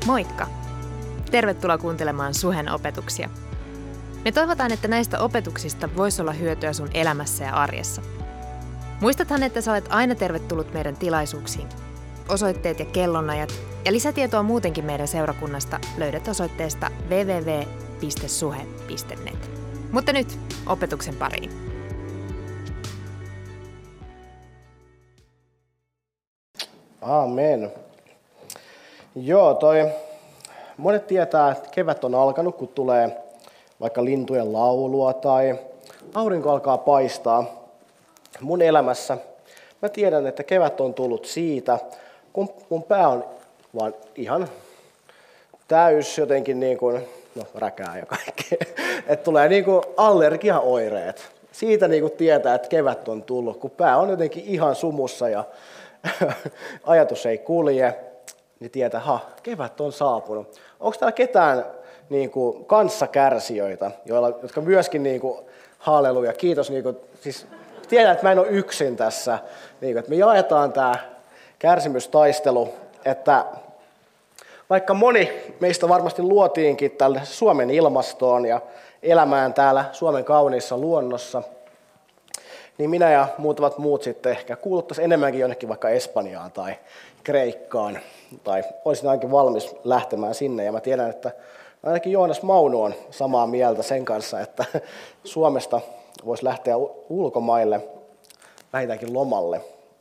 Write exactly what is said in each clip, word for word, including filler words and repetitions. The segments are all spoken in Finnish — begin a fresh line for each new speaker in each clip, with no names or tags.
Moikka! Tervetuloa kuuntelemaan Suhen opetuksia. Me toivotaan, että näistä opetuksista voisi olla hyötyä sun elämässä ja arjessa. Muistathan, että sä olet aina tervetullut meidän tilaisuuksiin. Osoitteet ja kellonajat ja lisätietoa muutenkin meidän seurakunnasta löydät osoitteesta double-u double-u double-u piste suhe piste net. Mutta nyt opetuksen pariin.
Aamen. Joo, toi, monet tietää, että kevät on alkanut, kun tulee vaikka lintujen laulua tai aurinko alkaa paistaa. Mun elämässä mä tiedän, että kevät on tullut siitä, kun mun pää on vaan ihan täys jotenkin niin kuin, no räkää ja kaikkea, että tulee niin kuin allergiaoireet. Siitä niin kuin tietää, että kevät on tullut, kun pää on jotenkin ihan sumussa ja ajatus ei kulje, niin tietää, ha, kevät on saapunut. Onko täällä ketään niin kuin kanssakärsijöitä, joilla, jotka myöskin niin kuin, halleluja, kiitos, niin kuin, siis tiedän, että mä en ole yksin tässä, niin kuin, että me jaetaan tämä kärsimystaistelu, että vaikka moni meistä varmasti luotiinkin tälle Suomen ilmastoon ja elämään täällä Suomen kauniissa luonnossa, niin minä ja muutamat muut sitten ehkä kuuluttaisiin enemmänkin jonnekin vaikka Espanjaan tai Kreikkaan, tai olisin ainakin valmis lähtemään sinne, ja mä tiedän, että ainakin Joonas Maunu on samaa mieltä sen kanssa, että Suomesta voisi lähteä ulkomaille, vähintäänkin lomalle.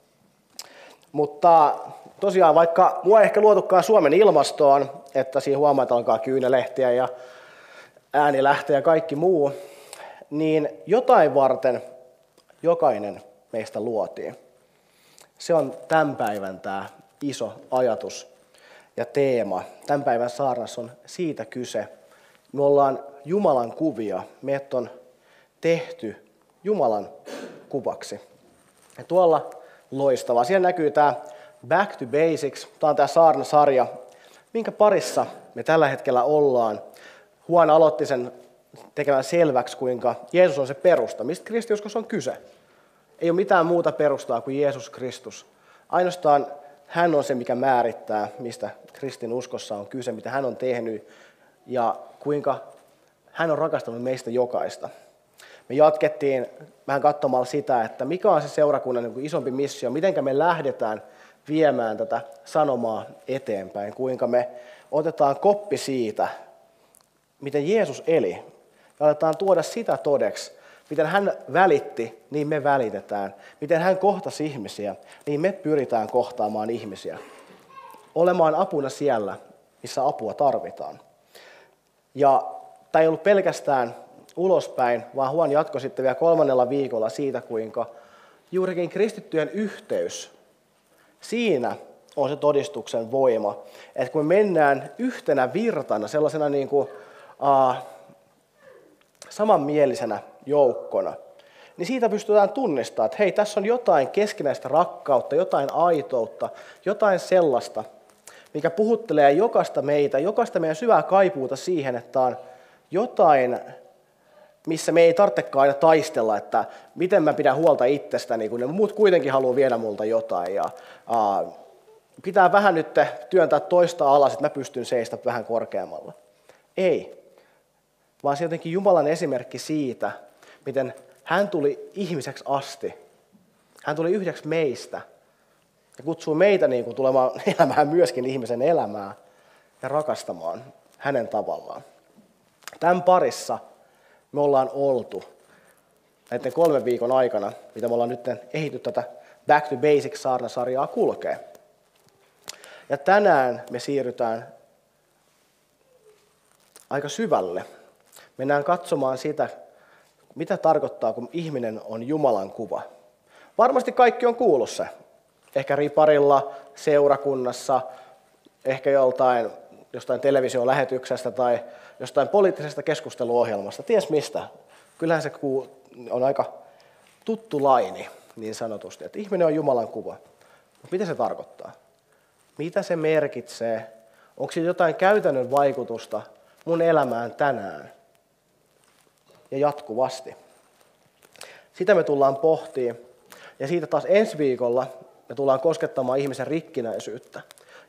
Mutta tosiaan, vaikka mua ei ehkä luotukaan Suomen ilmastoon, että siinä huomaa, että alkaa kyynelehtiä ja ääni lähtee ja kaikki muu, niin jotain varten jokainen meistä luotiin. Se on tämän päivän tämä iso ajatus ja teema. Tämän päivän saarnassa on siitä kyse. Me ollaan Jumalan kuvia. Meidät on tehty Jumalan kuvaksi. Ja tuolla loistavaa. Siellä näkyy tämä Back to Basics. Tämä on tämä saarnasarja, minkä parissa me tällä hetkellä ollaan. Juan aloitti sen tekemään selväksi, kuinka Jeesus on se perusta. Mistä kristiuskossa on kyse? Ei ole mitään muuta perustaa kuin Jeesus Kristus. Ainoastaan hän on se, mikä määrittää, mistä kristinuskossa on kyse, mitä hän on tehnyt ja kuinka hän on rakastanut meistä jokaista. Me jatkettiin vähän katsomalla sitä, että mikä on se seurakunnan niin kuin isompi missio, miten me lähdetään viemään tätä sanomaa eteenpäin, kuinka me otetaan koppi siitä, miten Jeesus eli ja aletaan tuoda sitä todeksi. Miten hän välitti, niin me välitetään. Miten hän kohtasi ihmisiä, niin me pyritään kohtaamaan ihmisiä. Olemaan apuna siellä, missä apua tarvitaan. Ja tämä ei ollut pelkästään ulospäin, vaan Juan jatkoi sitten vielä kolmannella viikolla siitä, kuinka juurikin kristittyjen yhteys, siinä on se todistuksen voima. Että kun me mennään yhtenä virtana, sellaisena niin kuin, uh, samanmielisenä joukkona, niin siitä pystytään tunnistamaan, että hei, tässä on jotain keskinäistä rakkautta, jotain aitoutta, jotain sellaista, mikä puhuttelee jokaista meitä, jokaista meidän syvää kaipuuta siihen, että on jotain, missä me ei tarvitsekaan aina taistella, että miten mä pidän huolta itsestäni, kun ne muut kuitenkin haluaa viedä multa jotain. Ja, aa, pitää vähän nyt työntää toista alas, että mä pystyn seistä vähän korkeammalla. Ei, vaan se jotenkin Jumalan esimerkki siitä, miten hän tuli ihmiseksi asti. Hän tuli yhdeksi meistä ja kutsuu meitä niin kuin tulemaan elämään myöskin ihmisen elämää ja rakastamaan hänen tavallaan. Tämän parissa me ollaan oltu näiden kolmen viikon aikana, mitä me ollaan nyt ehitty tätä Back to Basics-saarnasarjaa kulkea. Ja tänään me siirrytään aika syvälle. Mennään katsomaan sitä, mitä tarkoittaa, kun ihminen on Jumalan kuva. Varmasti kaikki on kuullut se. Ehkä riparilla, seurakunnassa, ehkä joltain, jostain televisiolähetyksestä tai jostain poliittisesta keskusteluohjelmasta. Ties mistä. Kyllähän se on aika tuttu laini, niin sanotusti, että ihminen on Jumalan kuva. Mutta mitä se tarkoittaa? Mitä se merkitsee? Onko siinä jotain käytännön vaikutusta mun elämään tänään ja jatkuvasti? Sitä me tullaan pohtimaan. Ja siitä taas ensi viikolla me tullaan koskettamaan ihmisen rikkinäisyyttä.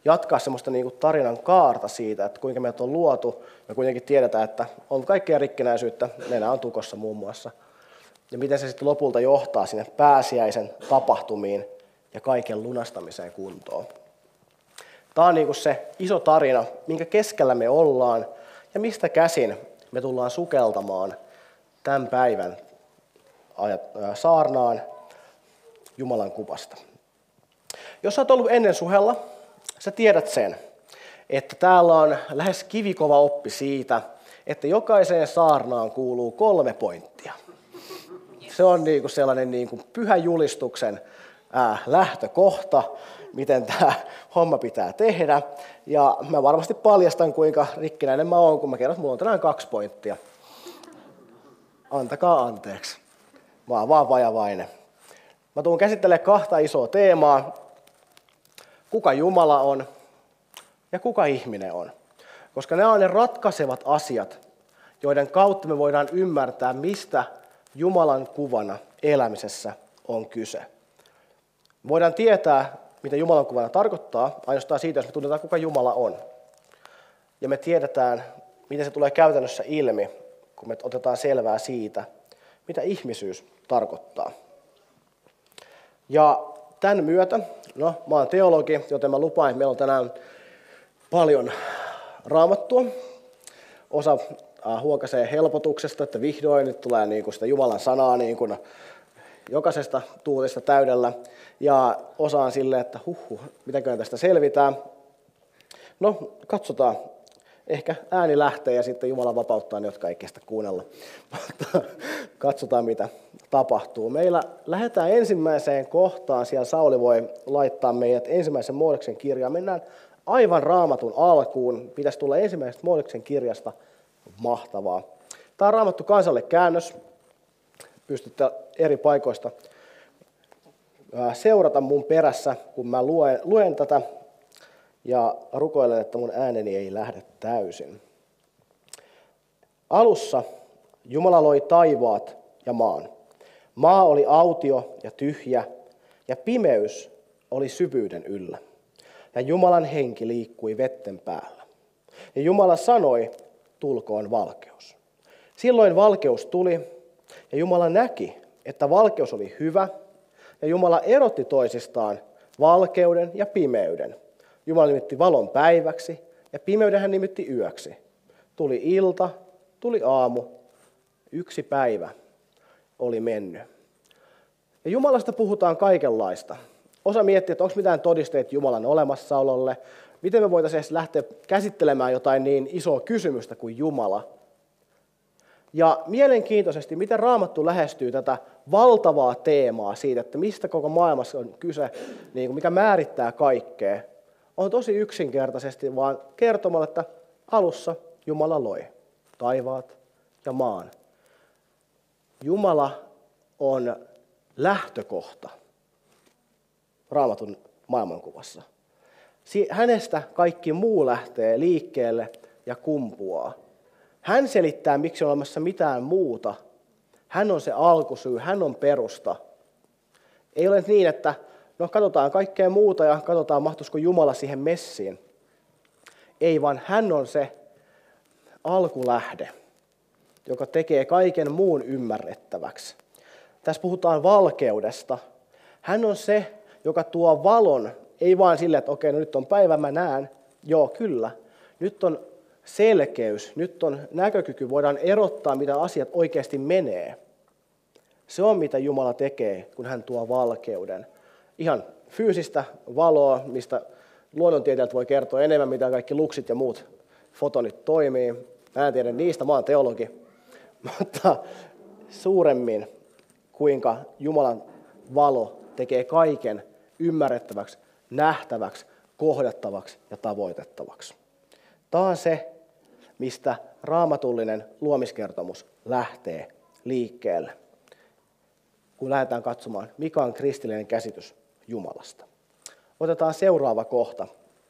jatkaa semmoista niin kuin tarinan kaarta siitä, että kuinka meidät on luotu. Me kuitenkin tiedetään, että on kaikkea rikkinäisyyttä, meillä on tukossa muun muassa. Ja miten se sitten lopulta johtaa sinne pääsiäisen tapahtumiin ja kaiken lunastamiseen kuntoon. Tämä on niin kuin se iso tarina, minkä keskellä me ollaan ja mistä käsin me tullaan sukeltamaan tämän päivän saarnaan Jumalan kuvasta. Jos olet ollut ennen Suhella, sä tiedät sen, että täällä on lähes kivikova oppi siitä, että jokaiseen saarnaan kuuluu kolme pointtia. Se on niin kuin sellainen niin kuin pyhän julistuksen ää, lähtökohta, miten tämä homma pitää tehdä. Ja mä varmasti paljastan, kuinka rikkinäinen mä oon, kun mä kerron, että mulla on tänään kaksi pointtia. Antakaa anteeksi. Mä oon vaan vajavainen. Mä tuun käsittelemään kahta isoa teemaa. Kuka Jumala on ja kuka ihminen on. Koska nämä on ne ratkaisevat asiat, joiden kautta me voidaan ymmärtää, mistä Jumalan kuvana elämisessä on kyse. Voidaan tietää, mitä Jumalan kuvana tarkoittaa, ainoastaan siitä, jos me tunnetaan, kuka Jumala on. Ja me tiedetään, miten se tulee käytännössä ilmi, kun me otetaan selvää siitä, mitä ihmisyys tarkoittaa. Ja tämän myötä, no mä oon teologi, joten mä lupaan, että meillä on tänään paljon raamattua. Osa äh, huokaisee helpotuksesta, että vihdoin nyt tulee niin kuin sitä Jumalan sanaa niin kuin jokaisesta tuutista täydellä. Ja osa on silleen, että huhhuh, mitäköhän tästä selvitään. No, katsotaan. Ehkä ääni lähtee ja sitten Jumala vapauttaa ne, jotka ei kestä kuunnella. Katsotaan, mitä tapahtuu. Meillä lähdetään ensimmäiseen kohtaan. Siellä Sauli voi laittaa meidät ensimmäisen Moodeksen kirjaan. Mennään aivan Raamatun alkuun. Pitäisi tulla ensimmäisestä Moodeksen kirjasta. Mahtavaa. Tämä on Raamattu kansalle käännös. Pystytte eri paikoista seurata mun perässä, kun mä luen, luen tätä. Ja rukoilen, että mun ääneni ei lähde täysin. Alussa Jumala loi taivaat ja maan. Maa oli autio ja tyhjä, ja pimeys oli syvyyden yllä. Ja Jumalan henki liikkui vetten päällä. Ja Jumala sanoi, tulkoon valkeus. Silloin valkeus tuli, ja Jumala näki, että valkeus oli hyvä, ja Jumala erotti toisistaan valkeuden ja pimeyden. Jumala nimitti valon päiväksi ja pimeyden hän nimitti yöksi. Tuli ilta, tuli aamu, yksi päivä oli mennyt. Ja Jumalasta puhutaan kaikenlaista. Osa miettii, että onko mitään todisteet Jumalan olemassaololle. Miten me voitaisiin edes lähteä käsittelemään jotain niin isoa kysymystä kuin Jumala. Ja mielenkiintoisesti, miten Raamattu lähestyy tätä valtavaa teemaa siitä, että mistä koko maailmassa on kyse, niin kuin mikä määrittää kaikkea. On tosi yksinkertaisesti vaan kertomalla, että alussa Jumala loi taivaat ja maan. Jumala on lähtökohta Raamatun maailmankuvassa. Hänestä kaikki muu lähtee liikkeelle ja kumpuaa. Hän selittää, miksi on olemassa mitään muuta. Hän on se alkusyy, hän on perusta. Ei ole niin, että no katsotaan kaikkea muuta ja katsotaan mahtuisiko Jumala siihen messiin. Ei, vaan hän on se alkulähde, joka tekee kaiken muun ymmärrettäväksi. Tässä puhutaan valkeudesta. Hän on se, joka tuo valon, ei vain sille, että okei, no nyt on päivä, mä näen. Joo, kyllä. Nyt on selkeys, nyt on näkökyky, voidaan erottaa, mitä asiat oikeasti menee. Se on, mitä Jumala tekee, kun hän tuo valkeuden. Ihan fyysistä valoa, mistä luonnontieteilijät voi kertoa enemmän, mitä kaikki luksit ja muut fotonit toimii. Mä en tiedä niistä, mä oon teologi. Mutta suuremmin, kuinka Jumalan valo tekee kaiken ymmärrettäväksi, nähtäväksi, kohdattavaksi ja tavoitettavaksi. Tämä on se, mistä raamatullinen luomiskertomus lähtee liikkeelle, kun lähdetään katsomaan, mikä on kristillinen käsitys Jumalasta. Otetaan seuraava kohta.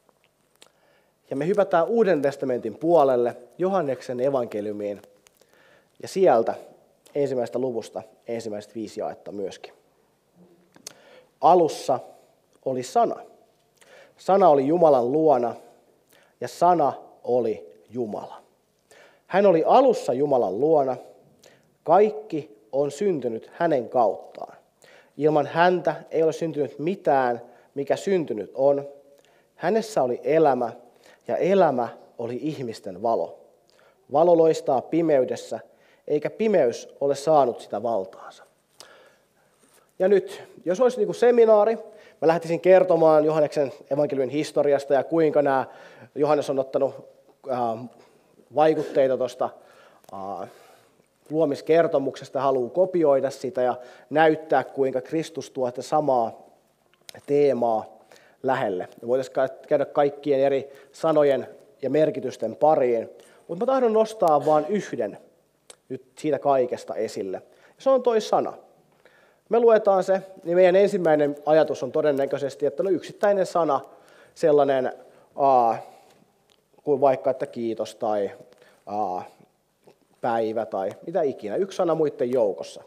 Ja me hypätään Uuden testamentin puolelle Johanneksen evankeliumiin. Ja sieltä ensimmäisestä luvusta ensimmäiset viisi jaetta myöskin. Alussa oli sana. Sana oli Jumalan luona ja sana oli Jumala. Hän oli alussa Jumalan luona. Kaikki on syntynyt hänen kauttaan. Ilman häntä ei ole syntynyt mitään, mikä syntynyt on. Hänessä oli elämä ja elämä oli ihmisten valo. Valo loistaa pimeydessä, eikä pimeys ole saanut sitä valtaansa. Ja nyt, jos olisi niin kuin seminaari, mä lähtisin kertomaan Johanneksen evankeliumin historiasta ja kuinka nämä Johannes on ottanut äh, vaikutteita tuosta äh, luomiskertomuksesta, haluaa kopioida sitä ja näyttää, kuinka Kristus tuo tätä samaa teemaa lähelle. Me voitaisiin käydä kaikkien eri sanojen ja merkitysten pariin, mutta mä tahdon nostaa vain yhden nyt siitä kaikesta esille. Se on toi sana. Me luetaan se, niin meidän ensimmäinen ajatus on todennäköisesti, että no yksittäinen sana, sellainen aa, kuin vaikka, että kiitos tai aa, päivä tai mitä ikinä, yksi sana muiden joukossa.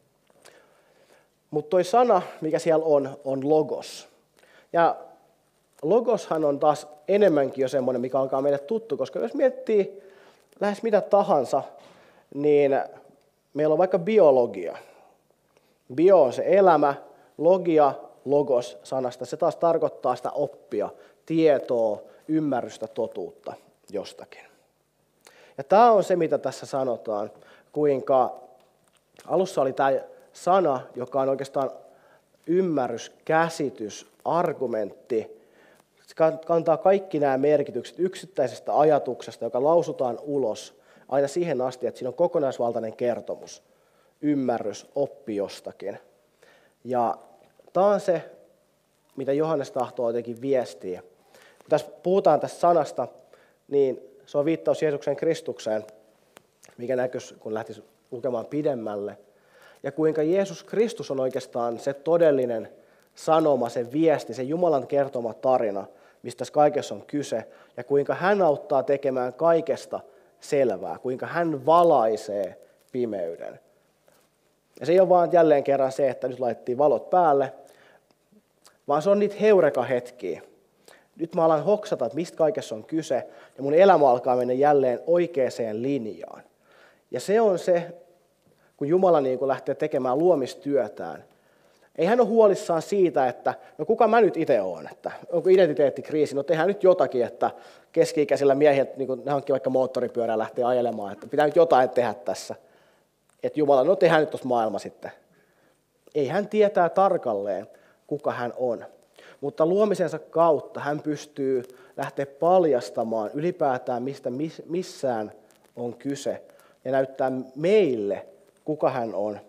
Mutta toi sana, mikä siellä on, on logos. Ja logoshan on taas enemmänkin jo semmoinen, mikä alkaa meille tuttu, koska jos miettii lähes mitä tahansa, niin meillä on vaikka biologia. Bio on se elämä, logia, logos sanasta. Se taas tarkoittaa sitä oppia, tietoa, ymmärrystä, totuutta jostakin. Ja tämä on se, mitä tässä sanotaan, kuinka alussa oli tämä sana, joka on oikeastaan ymmärrys, käsitys, argumentti. Se kantaa kaikki nämä merkitykset yksittäisestä ajatuksesta, joka lausutaan ulos aina siihen asti, että siinä on kokonaisvaltainen kertomus, ymmärrys, oppi jostakin. Ja tämä on se, mitä Johannes tahtoo jotenkin viestiä. Kun tässä puhutaan tästä sanasta, niin se on viittaus Jeesuksen Kristukseen, mikä näkyisi, kun lähtisi lukemaan pidemmälle. Ja kuinka Jeesus Kristus on oikeastaan se todellinen sanoma, se viesti, se Jumalan kertoma tarina, mistä tässä kaikessa on kyse. Ja kuinka hän auttaa tekemään kaikesta selvää, kuinka hän valaisee pimeyden. Ja se ei ole vaan jälleen kerran se, että nyt laitettiin valot päälle, vaan se on niitä heureka-hetkiä. Nyt mä alan hoksata, että mistä kaikessa on kyse, ja mun elämä alkaa mennä jälleen oikeaan linjaan. Ja se on se, kun Jumala niin kun lähtee tekemään luomistyötään. Ei hän ole huolissaan siitä, että no kuka mä nyt itse olen, että onko identiteettikriisi, no tehdään nyt jotakin, että keski-ikäisillä miehillä, niin kun ne hankkii vaikka moottoripyörää lähtee ajelemaan, että pitää nyt jotain tehdä tässä. Että Jumala, no tehdään nyt tuossa maailma sitten. Ei hän tietää tarkalleen, kuka hän on. Mutta luomisensa kautta hän pystyy lähteä paljastamaan ylipäätään, mistä missään on kyse. Ja näyttää meille, kuka hän on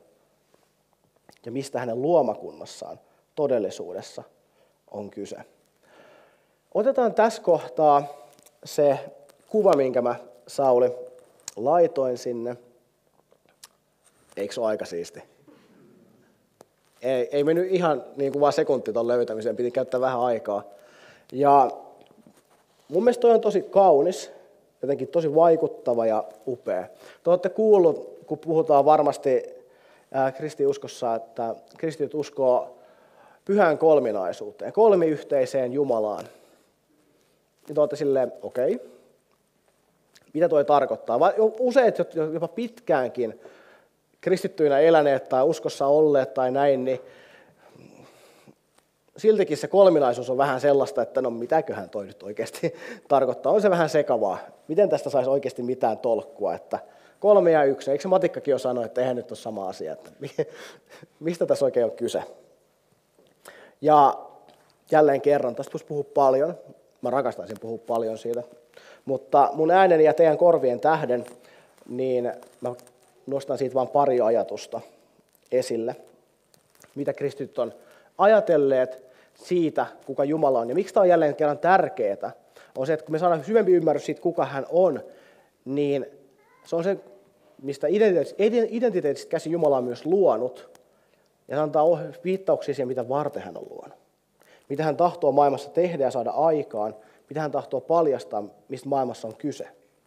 ja mistä hänen luomakunnassaan todellisuudessa on kyse. Otetaan tässä kohtaa se kuva, minkä mä Sauli laitoin sinne. Eikö se ole aika siisti? Ei, ei mennyt ihan niin kuin vaan sekunti tuon löytämiseen, piti käyttää vähän aikaa. Ja mun mielestä toi on tosi kaunis, jotenkin tosi vaikuttava ja upea. Te olette kuullut, kun puhutaan varmasti kristiuskossa, että kristityt uskoo pyhään kolminaisuuteen, kolmiyhteiseen Jumalaan. Ja te olette silleen, okei, okay. Mitä toi tarkoittaa? Useat jopa pitkäänkin kristittyinä eläneet tai uskossa olleet tai näin, niin siltikin se kolminaisuus on vähän sellaista, että no mitäköhän toi nyt oikeasti tarkoittaa. On se vähän sekavaa. Miten tästä saisi oikeasti mitään tolkkua, että kolme ja yksi. Eikö se matikkakin jo sano, että eihän nyt ole sama asia, että mistä tässä oikein on kyse. Ja jälleen kerran, tästä voisi puhua paljon. Mä rakastaisin puhua paljon siitä. Mutta mun äänen ja teidän korvien tähden, niin mä nostan siitä vain pari ajatusta esille. Mitä kristityt on ajatelleet siitä, kuka Jumala on. Ja miksi tämä on jälleen kerran tärkeää, on se, että kun me saadaan syvempi ymmärrys siitä, kuka hän on, niin se on se, mistä identiteetistä käsin Jumala on myös luonut. Ja se antaa viittauksia siihen, mitä varten hän on luonut. Mitä hän tahtoo maailmassa tehdä ja saada aikaan. Mitä hän tahtoo paljastaa, mistä maailmassa on kyse.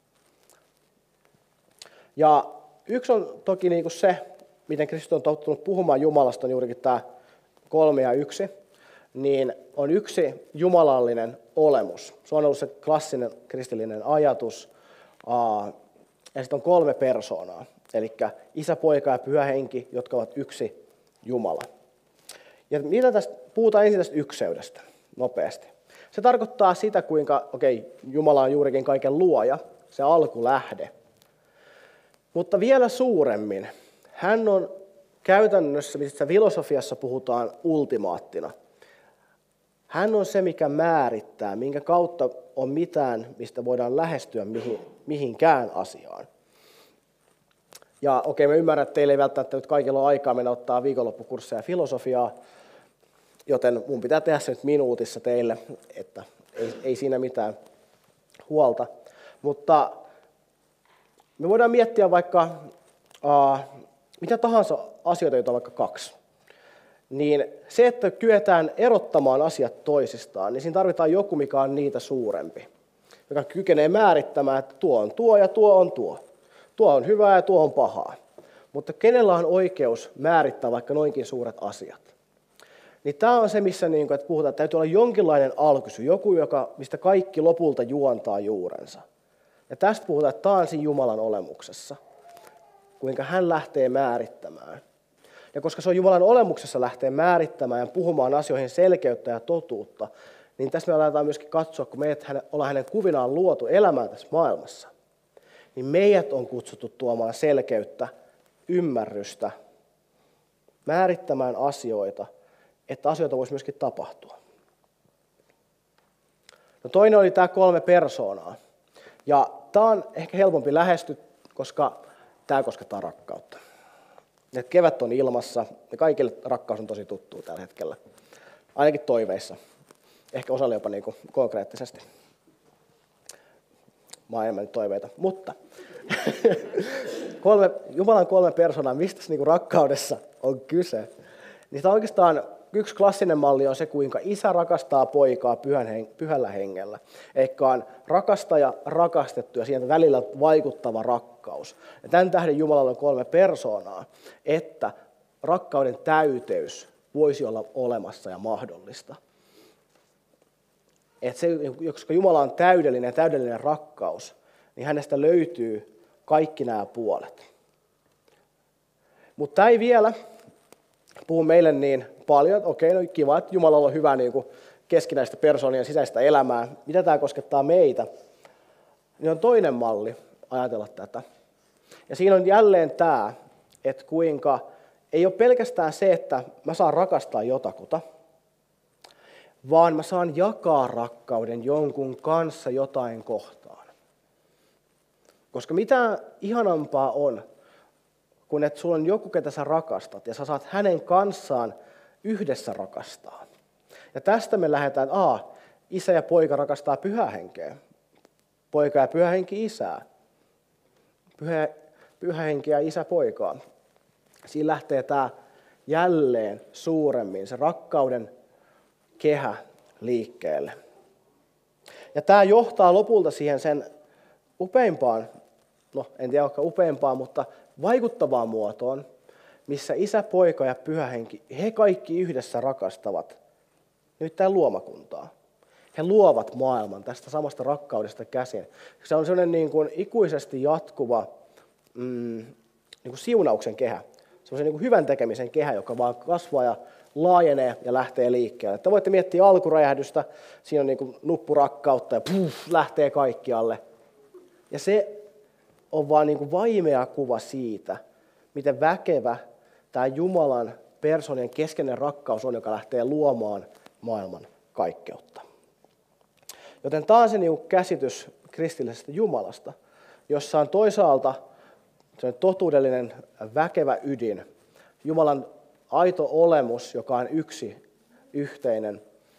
Ja yksi on toki niin kuin se, miten Kristus on tottunut puhumaan Jumalasta, on juurikin tämä kolme ja yksi. niin on yksi jumalallinen olemus. Se on ollut se klassinen kristillinen ajatus. Ja sitten on kolme persoonaa, eli Isä, Poika ja Pyhä Henki, jotka ovat yksi Jumala. Ja mitä tästä puhutaan ensin tästä ykseydestä nopeasti. Se tarkoittaa sitä, kuinka, okei, Jumala on juurikin kaiken luoja, se alkulähde. Mutta vielä suuremmin, hän on käytännössä, missä filosofiassa puhutaan ultimaattina. Hän on se, mikä määrittää, minkä kautta on mitään, mistä voidaan lähestyä mihin, mihinkään asiaan. Ja okei, mä ymmärrän, että teillä ei välttämättä nyt kaikilla ole aikaa mennä ottaa viikonloppukursseja filosofiaa, joten mun pitää tehdä se nyt minuutissa teille, että ei, ei siinä mitään huolta. Mutta me voidaan miettiä vaikka uh, mitä tahansa asioita, joita on vaikka kaksi. Niin se, että kyetään erottamaan asiat toisistaan, niin siinä tarvitaan joku, mikä on niitä suurempi. Joka kykenee määrittämään, että tuo on tuo ja tuo on tuo. Tuo on hyvää ja tuo on pahaa. Mutta kenellä on oikeus määrittää vaikka noinkin suuret asiat? Niin tämä on se, missä niin kuin, että puhutaan, että täytyy olla jonkinlainen alkusy, joku, joka, mistä kaikki lopulta juontaa juurensa. Ja tästä puhutaan, että tämä on siinä Jumalan olemuksessa, kuinka hän lähtee määrittämään. Ja koska se on Jumalan olemuksessa lähtee määrittämään ja puhumaan asioihin selkeyttä ja totuutta, niin tässä me aletaan myöskin katsoa, kun me ollaan hänen kuvinaan luotu elämään tässä maailmassa, niin meidät on kutsuttu tuomaan selkeyttä, ymmärrystä, määrittämään asioita, että asioita voisi myöskin tapahtua. No toinen oli tämä kolme persoonaa. Ja tämä on ehkä helpompi lähestyä, koska tämä koskettaa rakkautta. Et kevät on ilmassa ja kaikille rakkaus on tosi tuttua tällä hetkellä. Ainakin toiveissa. Ehkä osalle jopa niin kuin konkreettisesti. Mä oon enemmän toiveita. Mutta kolme, Jumalan kolme persoonaa, mistä niin kuin rakkaudessa on kyse? Niin tämä oikeastaan yksi klassinen malli on se, kuinka isä rakastaa poikaa pyhän hen, pyhällä hengellä. Eikä on rakastaja, rakastettu ja siihen välillä vaikuttava rakkaus. Ja tämän tähden Jumalalla on kolme persoonaa, että rakkauden täyteys voisi olla olemassa ja mahdollista. Että se, koska Jumala on täydellinen ja täydellinen rakkaus, niin hänestä löytyy kaikki nämä puolet. Mutta tämä ei vielä puhu meille niin paljon, että okei, no kiva, että Jumalalla on hyvä niin kuin keskinäistä persoonien sisäistä elämää. Mitä tämä koskettaa meitä? Niin on toinen malli ajatella tätä. Ja siinä on jälleen tämä, että kuinka ei ole pelkästään se, että mä saan rakastaa jotakuta, vaan mä saan jakaa rakkauden jonkun kanssa jotain kohtaan. Koska mitä ihanampaa on, kun että sulla on joku, ketä sä rakastat, ja sä saat hänen kanssaan yhdessä rakastaa. Ja tästä me lähdetään, että a, isä ja poika rakastaa pyhää henkeä. Poika ja pyhä henki isää. Pyhä, pyhä henki ja isä poikaa. Siinä lähtee tämä jälleen suuremmin, se rakkauden kehä liikkeelle. Ja tämä johtaa lopulta siihen sen upeimpaan, no en tiedä onko upeimpaan, mutta vaikuttavaan muotoon, missä isä, poika ja pyhä henki, he kaikki yhdessä rakastavat nyt tämän luomakuntaa. He luovat maailman tästä samasta rakkaudesta käsin. Se on sellainen niin kuin ikuisesti jatkuva mm, niin kuin siunauksen kehä. Sellaisen niin kuin hyvän tekemisen kehä, joka vaan kasvaa ja laajenee ja lähtee liikkeelle. Te voitte miettiä alkuräjähdystä, siinä on niin kuin nuppurakkautta ja puff, lähtee kaikkialle. Ja se on vaan niin kuin vaimea kuva siitä, miten väkevä tämä Jumalan persoonien keskeinen rakkaus on, joka lähtee luomaan maailman kaikkeutta. Joten tämä on se niin kuin käsitys kristillisestä Jumalasta, jossa on toisaalta se totuudellinen väkevä ydin, Jumalan aito olemus, joka on yksi, yhteinen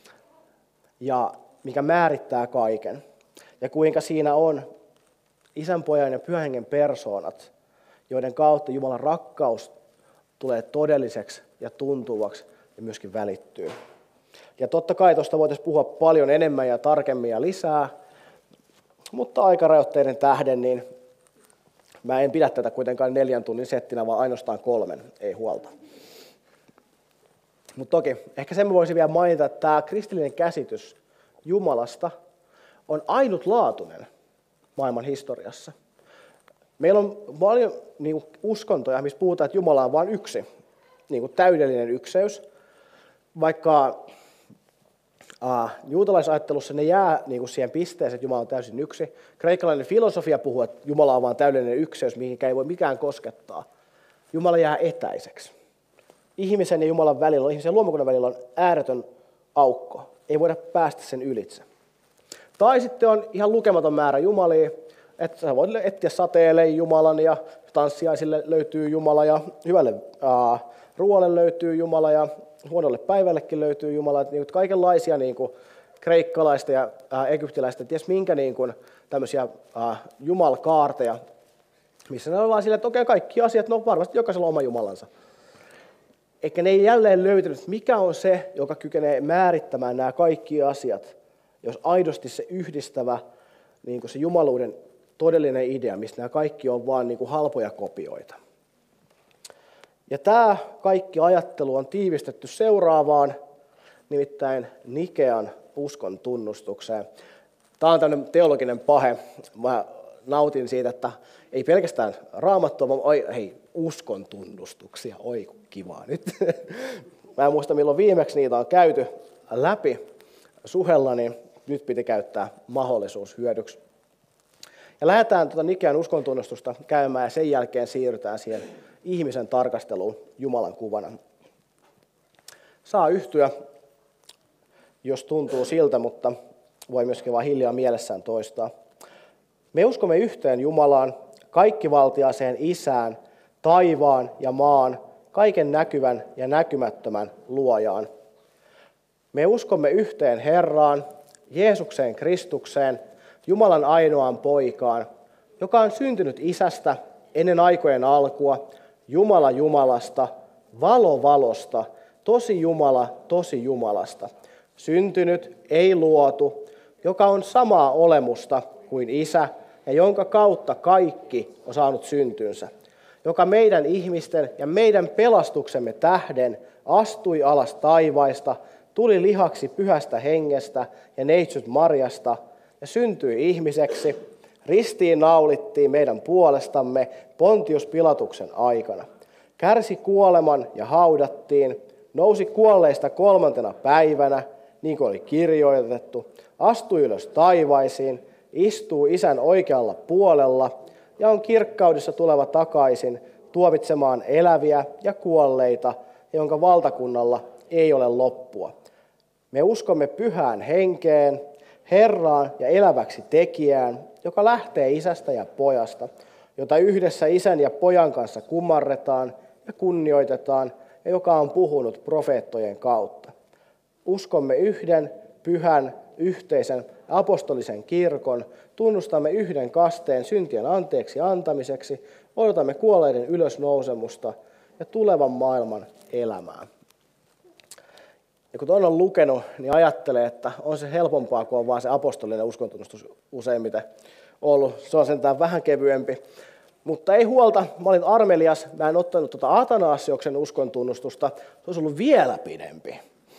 ja mikä määrittää kaiken. Ja kuinka siinä on Isän, Pojan ja Pyhän Hengen persoonat, joiden kautta Jumalan rakkaus tulee todelliseksi ja tuntuvaksi ja myöskin välittyy. Ja totta kai tuosta voitaisiin puhua paljon enemmän ja tarkemmin ja lisää, mutta aikarajoitteiden tähden niin mä en pidä tätä kuitenkaan neljän tunnin settinä, vaan ainoastaan kolmen, ei huolta. Mutta toki, ehkä sen voisin vielä mainita, että tämä kristillinen käsitys Jumalasta on ainutlaatuinen maailman historiassa. Meillä on paljon niin kuin, uskontoja, missä puhutaan, että Jumala on vain yksi, niin kuin, täydellinen ykseys. Vaikka äh, juutalaisajattelussa ne jää niin kuin, siihen pisteeseen, että Jumala on täysin yksi. Kreikkalainen filosofia puhuu, että Jumala on vain täydellinen ykseys, mihinkä ei voi mikään koskettaa. Jumala jää etäiseksi. Ihmisen ja Jumalan välillä, ihmisen ja luomakunnan välillä on ääretön aukko. Ei voida päästä sen ylitse. Tai sitten on ihan lukematon määrä jumalia, että sä voit etsiä sateelle Jumalan ja tanssiaisille löytyy Jumala ja hyvälle ää, ruoalle löytyy Jumala ja huonolle päivällekin löytyy Jumala. Että, niin, kaikenlaisia niin kuin, kreikkalaista ja ää, egyptiläistä, ties minkä niin kuin, tämmöisiä ää, jumalkaarteja, missä ne on vaan silleen, että okei, kaikki asiat, no varmasti jokaisella on oma Jumalansa. Eikä ne ei jälleen löytynyt, mikä on se, joka kykenee määrittämään nämä kaikki asiat, jos aidosti se yhdistävä, niin kuin se jumaluuden todellinen idea, mistä nämä kaikki on vaan niin kuin halpoja kopioita. Ja tämä kaikki ajattelu on tiivistetty seuraavaan, nimittäin Nikean uskon tunnustukseen. Tämä on tämmöinen teologinen pahe. Mä nautin siitä, että ei pelkästään raamattua, vaan oi, hei, uskon tunnustuksia. Oi, kivaa nyt. Mä en muista, milloin viimeksi niitä on käyty läpi Suhella, niin nyt piti käyttää mahdollisuus hyödyksi. Ja lähdetään tuota Nikean uskontunnustusta käymään ja sen jälkeen siirrytään siihen ihmisen tarkasteluun Jumalan kuvana. Saa yhtyä, jos tuntuu siltä, mutta voi myöskin vaan hiljaa mielessään toistaa. Me uskomme yhteen Jumalaan, kaikkivaltiaaseen Isään, taivaan ja maan, kaiken näkyvän ja näkymättömän luojaan. Me uskomme yhteen Herraan, Jeesukseen Kristukseen, Jumalan ainoaan poikaan, joka on syntynyt Isästä ennen aikojen alkua, Jumala Jumalasta, valo valosta, tosi Jumala tosi Jumalasta, syntynyt, ei luotu, joka on samaa olemusta kuin Isä ja jonka kautta kaikki on saanut syntynsä, joka meidän ihmisten ja meidän pelastuksemme tähden astui alas taivaista, tuli lihaksi pyhästä hengestä ja neitsyt Marjasta ja syntyi ihmiseksi, ristiin naulittiin meidän puolestamme Pontius Pilatuksen aikana. Kärsi kuoleman ja haudattiin, nousi kuolleista kolmantena päivänä, niin kuin oli kirjoitettu, astui ylös taivaisiin, istuu Isän oikealla puolella ja on kirkkaudessa tuleva takaisin tuomitsemaan eläviä ja kuolleita, jonka valtakunnalla ei ole loppua. Me uskomme pyhään henkeen, Herraan ja eläväksi tekijään, joka lähtee Isästä ja Pojasta, jota yhdessä Isän ja Pojan kanssa kumarretaan ja kunnioitetaan, ja joka on puhunut profeettojen kautta. Uskomme yhden, pyhän, yhteisen, apostolisen kirkon, tunnustamme yhden kasteen syntien anteeksi antamiseksi, odotamme kuolleiden ylösnousemusta ja tulevan maailman elämää. Ja kun tuon on lukenut, niin ajattelee, että on se helpompaa, kun on vaan se apostolinen uskontunnustus useimmiten ollut. Se on sentään vähän kevyempi. Mutta ei huolta, mä olin armelias, mä en ottanut tuota Atanasioksen uskontunnustusta, se olisi ollut vielä pidempi.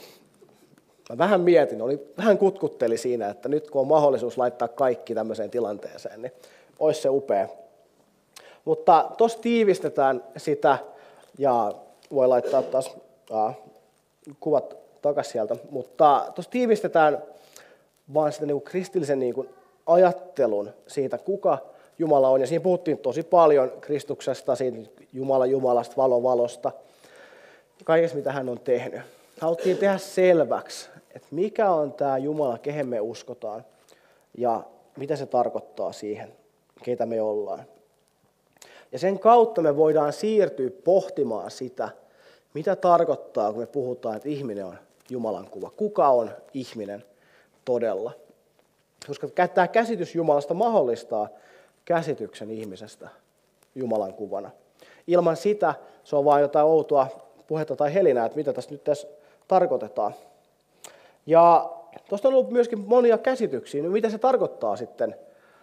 Mä vähän mietin, oli, vähän kutkutteli siinä, että nyt kun on mahdollisuus laittaa kaikki tämmöiseen tilanteeseen, niin olisi se upea. Mutta tuossa tiivistetään sitä, ja voi laittaa taas äh, kuvat takaisin sieltä, mutta tuossa tiivistetään vaan sitä niin kuin kristillisen niin kuin ajattelun siitä, kuka Jumala on. Ja siinä puhuttiin tosi paljon Kristuksesta, siitä Jumala Jumalasta, valo valosta, kaikesta mitä hän on tehnyt. Haluttiin tehdä selväksi, että mikä on tämä Jumala, kehen me uskotaan ja mitä se tarkoittaa siihen, keitä me ollaan. Ja sen kautta me voidaan siirtyä pohtimaan sitä, mitä tarkoittaa, kun me puhutaan, että ihminen on Jumalan kuva. Kuka on ihminen todella? Koska tämä käsitys Jumalasta mahdollistaa käsityksen ihmisestä Jumalan kuvana. Ilman sitä se on vain jotain outoa puhetta tai helinää, että mitä tässä nyt tässä tarkoitetaan. Ja tuosta on ollut myöskin monia käsityksiä, no mitä se tarkoittaa sitten,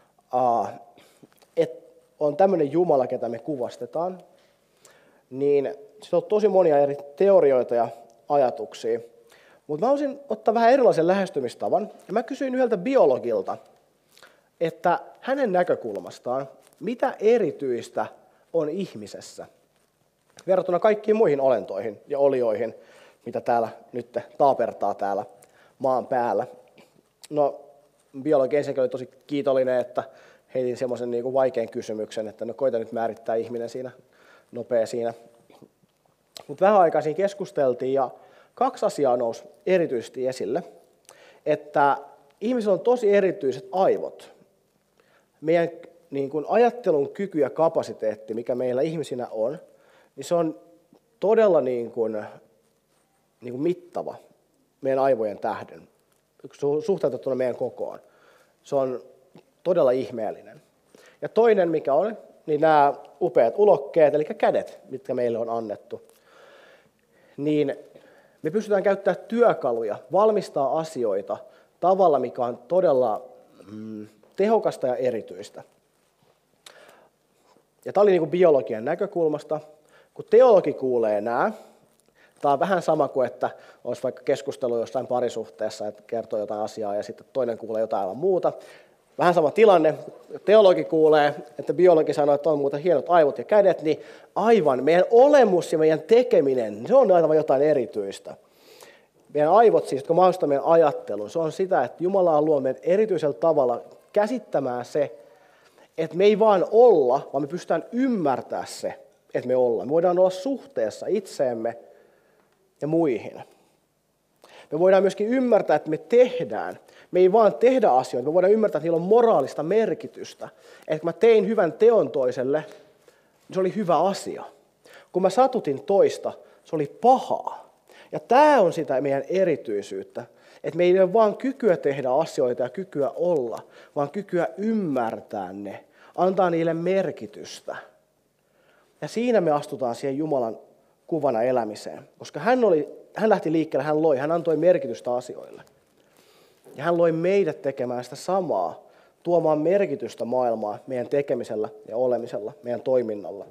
että on tämmöinen Jumala, ketä me kuvastetaan. Niin se on tosi monia eri teorioita ja ajatuksia. Mutta mä haluaisin ottaa vähän erilaisen lähestymistavan. Ja mä kysyin yhdeltä biologilta, että hänen näkökulmastaan, mitä erityistä on ihmisessä verrattuna kaikkiin muihin olentoihin ja olioihin, mitä täällä nyt taapertaa täällä maan päällä. No, biologi ensinnäkin oli tosi kiitollinen, että heitin semmoisen niin kuin vaikean kysymyksen, että no koita nyt määrittää ihminen siinä, nopea siinä. Mutta vähän aikaa siinä keskusteltiin ja kaksi asiaa nousi erityisesti esille, että ihmisillä on tosi erityiset aivot. Meidän niin kuin ajattelun kyky ja kapasiteetti, mikä meillä ihmisinä on, niin se on todella niin kuin, niin kuin mittava meidän aivojen tähden, suhteutettuna meidän kokoon. Se on todella ihmeellinen. Ja toinen, mikä on, niin nämä upeat ulokkeet, eli kädet, mitkä meille on annettu, niin me pystytään käyttämään työkaluja, valmistaa asioita tavalla, mikä on todella mm, tehokasta ja erityistä. Ja tämä oli niin kuin biologian näkökulmasta. Kun teologi kuulee nämä, tämä on vähän sama kuin, että olisi vaikka keskustelu jossain parisuhteessa, että kertoo jotain asiaa ja sitten toinen kuulee jotain aivan muuta. Vähän sama tilanne, teologi kuulee, että biologi sanoo, että on muuten hienot aivot ja kädet, niin aivan meidän olemus ja meidän tekeminen, se on aivan jotain erityistä. Meidän aivot siis, jotka mahdollistaa meidän ajattelun, se on sitä, että Jumala on luonut meidät erityisellä tavalla käsittämään se, että me ei vaan olla, vaan me pystytään ymmärtämään se, että me ollaan. Me voidaan olla suhteessa itseemme ja muihin. Me voidaan myöskin ymmärtää, että me tehdään. Me ei vaan tehdä asioita, me voidaan ymmärtää, että niillä on moraalista merkitystä. Että kun mä tein hyvän teon toiselle, niin se oli hyvä asia. Kun mä satutin toista, se oli pahaa. Ja tämä on sitä meidän erityisyyttä. Että me ei ole vaan kykyä tehdä asioita ja kykyä olla, vaan kykyä ymmärtää ne, antaa niille merkitystä. Ja siinä me astutaan siihen Jumalan kuvana elämiseen, koska hän, oli, hän lähti liikkeelle, hän loi, hän antoi merkitystä asioille. Ja hän loi meidät tekemään sitä samaa, tuomaan merkitystä maailmaan meidän tekemisellä ja olemisella, meidän toiminnalla.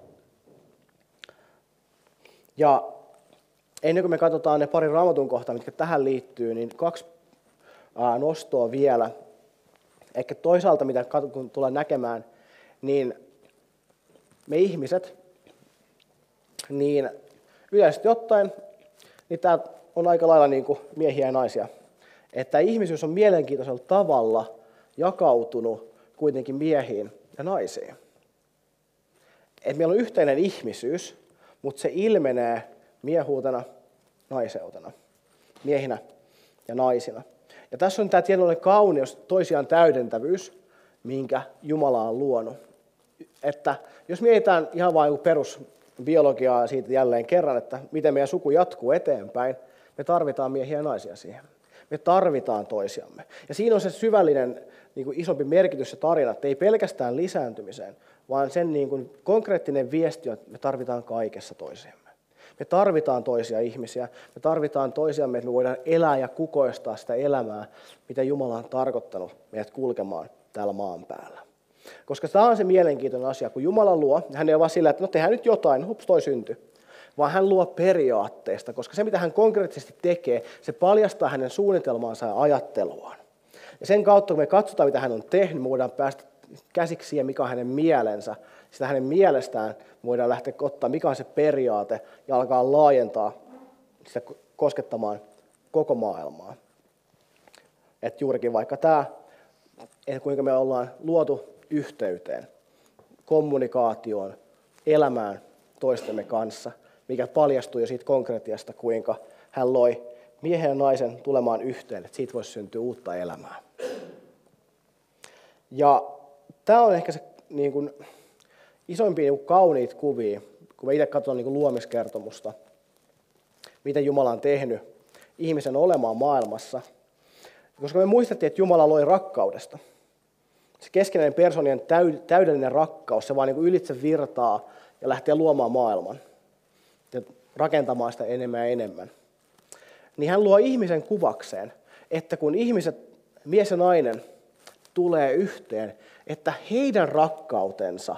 Ja ennen kuin me katsotaan ne pari Raamatun kohtaa, mitkä tähän liittyy, niin kaksi ää, nostoa vielä. Ehkä toisaalta, mitä kun tullaan näkemään, niin me ihmiset, niin yleisesti ottaen, niin tämä on aika lailla niin kuin miehiä ja naisia. Että ihmisyys on mielenkiintoisella tavalla jakautunut kuitenkin miehiin ja naisiin. Että meillä on yhteinen ihmisyys, mutta se ilmenee miehuutena, naiseutena, miehinä ja naisina. Ja tässä on tämä tietynlainen kauneus, toisiaan täydentävyys, minkä Jumala on luonut. Että jos mietitään ihan vain perusbiologiaa siitä jälleen kerran, että miten meidän suku jatkuu eteenpäin, me tarvitaan miehiä ja naisia siihen. Me tarvitaan toisiamme. Ja siinä on se syvällinen niin kuin isompi merkitys ja tarina, että ei pelkästään lisääntymiseen, vaan sen niin kuin konkreettinen viesti on, että me tarvitaan kaikessa toisiamme. Me tarvitaan toisia ihmisiä, me tarvitaan toisiamme, että me voidaan elää ja kukoistaa sitä elämää, mitä Jumala on tarkoittanut meidät kulkemaan täällä maan päällä. Koska tämä on se mielenkiintoinen asia, kun Jumala luo, hän ei ole vaan sillä, että no tehdään nyt jotain, hups, toi syntyi. Vaan hän luo periaatteesta, koska se mitä hän konkreettisesti tekee, se paljastaa hänen suunnitelmaansa ja ajatteluaan. Ja sen kautta, kun me katsotaan, mitä hän on tehnyt, me voidaan päästä käsiksi siihen, mikä on hänen mielensä. Sitä hänen mielestään voidaan lähteä ottaa, mikä on se periaate, ja alkaa laajentaa sitä koskettamaan koko maailmaa. Että juurikin vaikka tämä, että kuinka me ollaan luotu yhteyteen, kommunikaatioon, elämään toistemme kanssa, mikä paljastui jo siitä konkretiasta, kuinka hän loi miehen ja naisen tulemaan yhteen, että siitä voisi syntyä uutta elämää. Ja tämä on ehkä se niin kuin, isoimpia niin kuin, kauniita kuvia, kun me itse katson niin kuin, luomiskertomusta, miten Jumala on tehnyt ihmisen olemaan maailmassa. Koska me muistettiin, että Jumala loi rakkaudesta. Se keskeinen persoonien täydellinen rakkaus, se vaan niin kuin ylitse virtaa ja lähtee luomaan maailman ja rakentamaan sitä enemmän ja enemmän. Niin hän luo ihmisen kuvakseen, että kun ihmiset, mies ja nainen, tulee yhteen, että heidän rakkautensa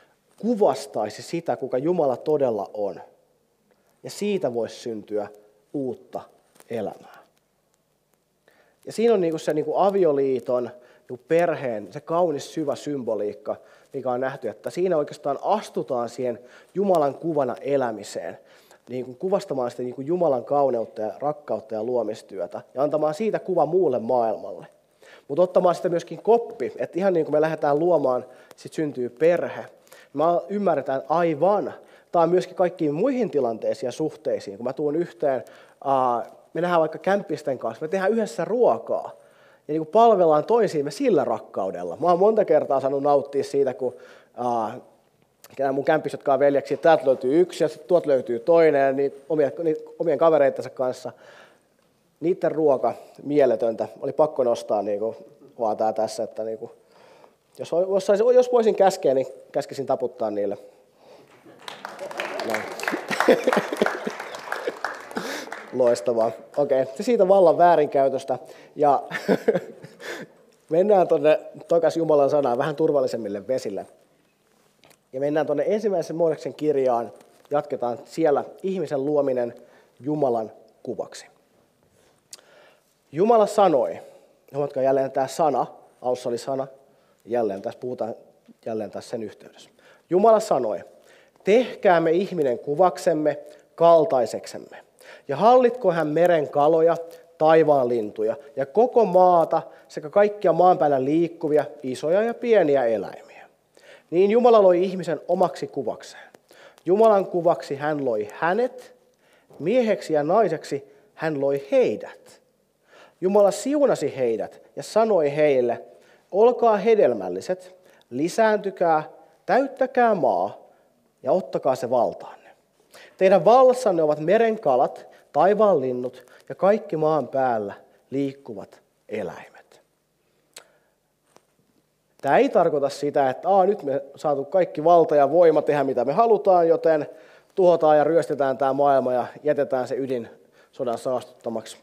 kuvastaisi sitä, kuka Jumala todella on. Ja siitä voisi syntyä uutta elämää. Ja siinä on niinku se niinku avioliiton, niinku perheen, se kaunis syvä symboliikka, mikä on nähty, että siinä oikeastaan astutaan siihen Jumalan kuvana elämiseen, niin kuin kuvastamaan sitä niin kuin Jumalan kauneutta ja rakkautta ja luomistyötä ja antamaan siitä kuva muulle maailmalle. Mutta ottamaan sitä myöskin koppi, että ihan niin kuin me lähdetään luomaan, sit syntyy perhe. Me ymmärretään aivan, tämä on myöskin kaikkiin muihin tilanteisiin ja suhteisiin. Kun mä tuun yhteen, me nähdään vaikka kämppisten kanssa, me tehdään yhdessä ruokaa ja niin kuin palvellaan toisiimme sillä rakkaudella. Mä oon monta kertaa saanut nauttia siitä, kun nämä mun kämpis, jotka on veljeksi, että täältä löytyy yksi ja sitten tuolta löytyy toinen, niin omien, niin omien kavereittensa kanssa. Niiden ruoka mieletöntä. Oli pakko nostaa niin kuin, vaan tää tässä, että niin kuin, jos, jos, sais, jos voisin käskeä, niin käskisin taputtaa niille. Loistavaa. Okei, okay. Se siitä vallan väärinkäytöstä. Ja mennään tuonne takaisin Jumalan sanaan vähän turvallisemmille vesille. Ja mennään tuonne ensimmäisen Moodeksen kirjaan, jatketaan siellä ihmisen luominen Jumalan kuvaksi. Jumala sanoi, huomatkaa jälleen tämä sana, alussa oli sana, jälleen tässä puhutaan jälleen tässä sen yhteydessä. Jumala sanoi, tehkäämme ihminen kuvaksemme, kaltaiseksemme, ja hallitko hän meren kaloja, taivaan lintuja, ja koko maata sekä kaikkia maan päällä liikkuvia, isoja ja pieniä eläimiä. Niin Jumala loi ihmisen omaksi kuvakseen. Jumalan kuvaksi hän loi hänet, mieheksi ja naiseksi hän loi heidät. Jumala siunasi heidät ja sanoi heille, olkaa hedelmälliset, lisääntykää, täyttäkää maa ja ottakaa se valtaanne. Teidän vallassanne ovat merenkalat, taivaan linnut ja kaikki maan päällä liikkuvat eläimet. Tämä ei tarkoita sitä, että Aa, nyt me saatu kaikki valta ja voima tehdä mitä me halutaan, joten tuhotaan ja ryöstetään tämä maailma ja jätetään se ydinsodan saastuttamaksi.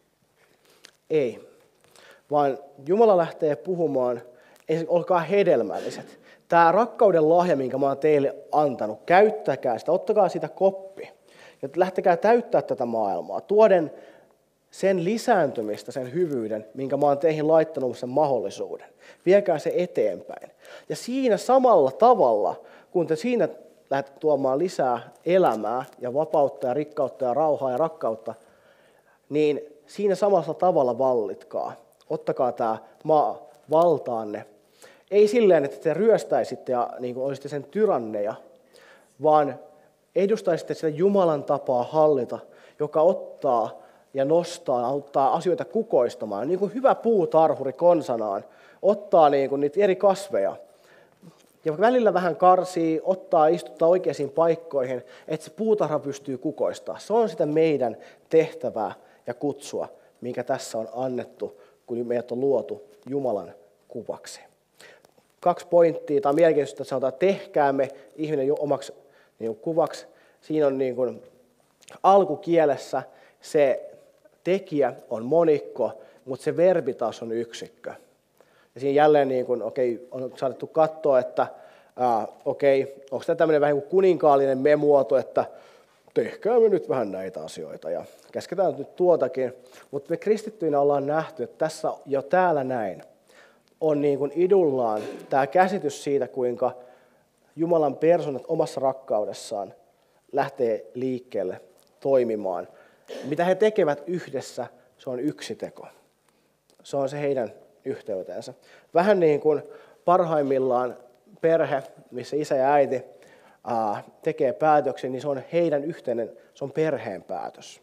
Ei, vaan Jumala lähtee puhumaan, olkaa hedelmälliset. Tämä rakkauden lahja, minkä mä oon teille antanut, käyttäkää sitä, ottakaa sitä koppi. Ja lähtekää täyttää tätä maailmaa, tuoden sen lisääntymistä, sen hyvyyden, minkä mä oon teihin laittanut sen mahdollisuuden. Viekää se eteenpäin. Ja siinä samalla tavalla, kun te siinä lähdette tuomaan lisää elämää ja vapautta ja rikkautta ja rauhaa ja rakkautta, niin siinä samalla tavalla vallitkaa. Ottakaa tämä maa valtaanne. Ei silleen, että te ryöstäisitte ja niin kuin olisitte sen tyranneja, vaan edustaisitte sitä Jumalan tapaa hallita, joka ottaa ja nostaa, auttaa asioita kukoistamaan. Niin kuin hyvä puutarhuri konsanaan, ottaa niin kuin niitä eri kasveja. Ja välillä vähän karsii, ottaa, istuttaa oikeisiin paikkoihin, että se puutarha pystyy kukoistamaan. Se on sitä meidän tehtävää ja kutsua, mikä tässä on annettu, kun meidät on luotu Jumalan kuvaksi. Kaksi pointtia, tai mielenkiintoista, että sanotaan, että tehkäämme ihminen omaksi niin kuin kuvaksi. Siinä on niin kuin alkukielessä se tekijä on monikko, mutta se verbi taas on yksikkö. Ja siinä jälleen niin kuin, okei, on saatettu katsoa, että ää, okei, onko tämä tämmöinen vähän kuin kuninkaallinen me-muoto, että tehkäämme nyt vähän näitä asioita ja käsketään nyt tuotakin. Mutta me kristittyinä ollaan nähty, että tässä jo täällä näin on niin kuin idullaan tämä käsitys siitä, kuinka Jumalan persoonat omassa rakkaudessaan lähtee liikkeelle toimimaan. Mitä he tekevät yhdessä, se on yksi teko. Se on se heidän yhteytensä. Vähän niin kuin parhaimmillaan perhe, missä isä ja äiti ää, tekee päätöksen, niin se on heidän yhteinen, se on perheen päätös,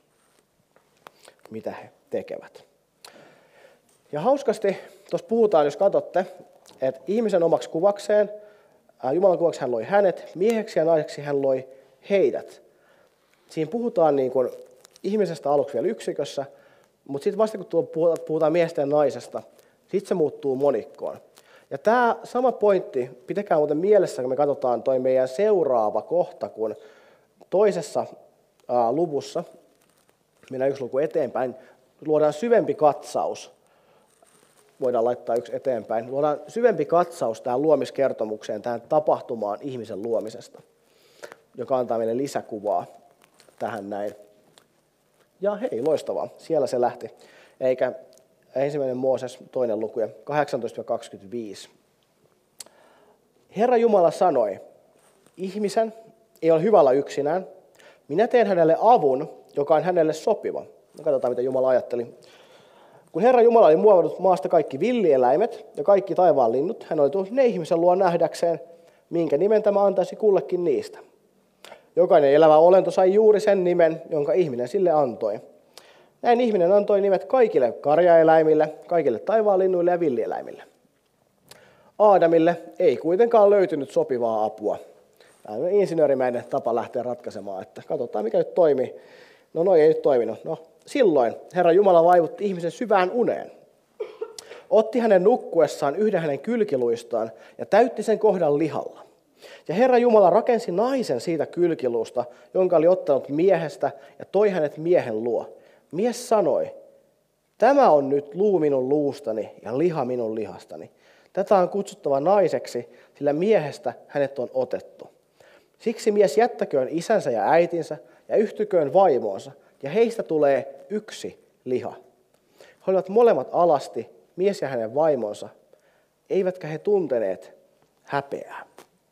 mitä he tekevät. Ja hauskasti tuossa puhutaan, jos katsotte, että ihmisen omaksi kuvakseen, ää, Jumalan kuvaksi hän loi hänet, mieheksi ja naiseksi hän loi heidät. Siinä puhutaan niin kuin ihmisestä aluksi vielä yksikössä, mutta sitten vasta kun puhutaan miehestä ja naisesta, sitten se muuttuu monikkoon. Ja tämä sama pointti, pitäkää muuten mielessä, kun me katsotaan toi meidän seuraava kohta, kun toisessa ää, luvussa, mennään yksi luku eteenpäin, luodaan syvempi katsaus, voidaan laittaa yksi eteenpäin, luodaan syvempi katsaus tähän luomiskertomukseen, tähän tapahtumaan ihmisen luomisesta, joka antaa meille lisäkuvaa tähän näin. Ja hei, loistavaa, siellä se lähti. Eikä ensimmäinen Mooses, toinen luku, kahdeksantoista kaksikymmentäviisi. Herra Jumala sanoi, ihmisen ei ole hyvä olla yksinään. Minä teen hänelle avun, joka on hänelle sopiva. No, katsotaan, mitä Jumala ajatteli. Kun Herra Jumala oli muovannut maasta kaikki villieläimet ja kaikki taivaan linnut, hän oli tullut ne ihmisen luo nähdäkseen, minkä nimen tämä antaisi kullekin niistä. Jokainen elävä olento sai juuri sen nimen, jonka ihminen sille antoi. Näin ihminen antoi nimet kaikille karjaeläimille, kaikille taivaan linnuille ja villieläimille. Aadamille ei kuitenkaan löytynyt sopivaa apua. Tämä on insinöörimäinen tapa lähteä ratkaisemaan, että katsotaan mikä nyt toimii. No noi ei nyt toiminut. No, silloin Herra Jumala vaivutti ihmisen syvään uneen. Otti hänen nukkuessaan yhden hänen kylkiluistaan ja täytti sen kohdan lihalla. Ja Herra Jumala rakensi naisen siitä kylkiluusta, jonka oli ottanut miehestä ja toi hänet miehen luo. Mies sanoi, tämä on nyt luu minun luustani ja liha minun lihastani. Tätä on kutsuttava naiseksi, sillä miehestä hänet on otettu. Siksi mies jättäköön isänsä ja äitinsä ja yhtyköön vaimoonsa, ja heistä tulee yksi liha. He olivat molemmat alasti, mies ja hänen vaimonsa, eivätkä he tunteneet häpeää.